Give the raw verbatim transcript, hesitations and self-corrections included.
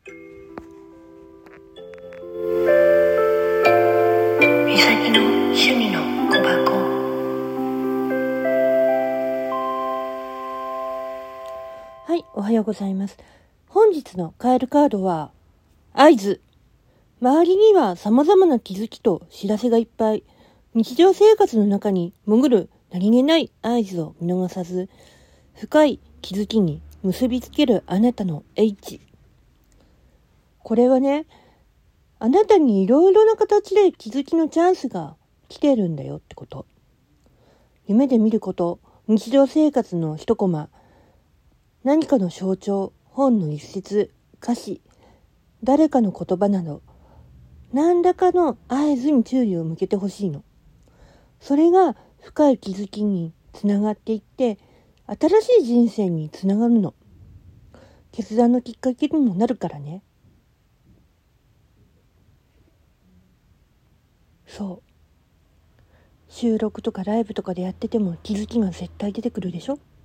みさきの趣味の小箱。 はい、おはようございます。本日のカエルカードは合図。周りには様々な気づきと知らせがいっぱい。日常生活の中に潜る何気ない合図を見逃さず、深い気づきに結びつけるあなたの H。これはね、あなたにいろいろな形で気づきのチャンスが来てるんだよってこと。夢で見ること、日常生活の一コマ、何かの象徴、本の一節、歌詞、誰かの言葉など、何らかの合図に注意を向けてほしいの。それが深い気づきにつながっていって、新しい人生につながるの。決断のきっかけにもなるからね。そう。収録とかライブとかでやってても気づきが絶対出てくるでしょ。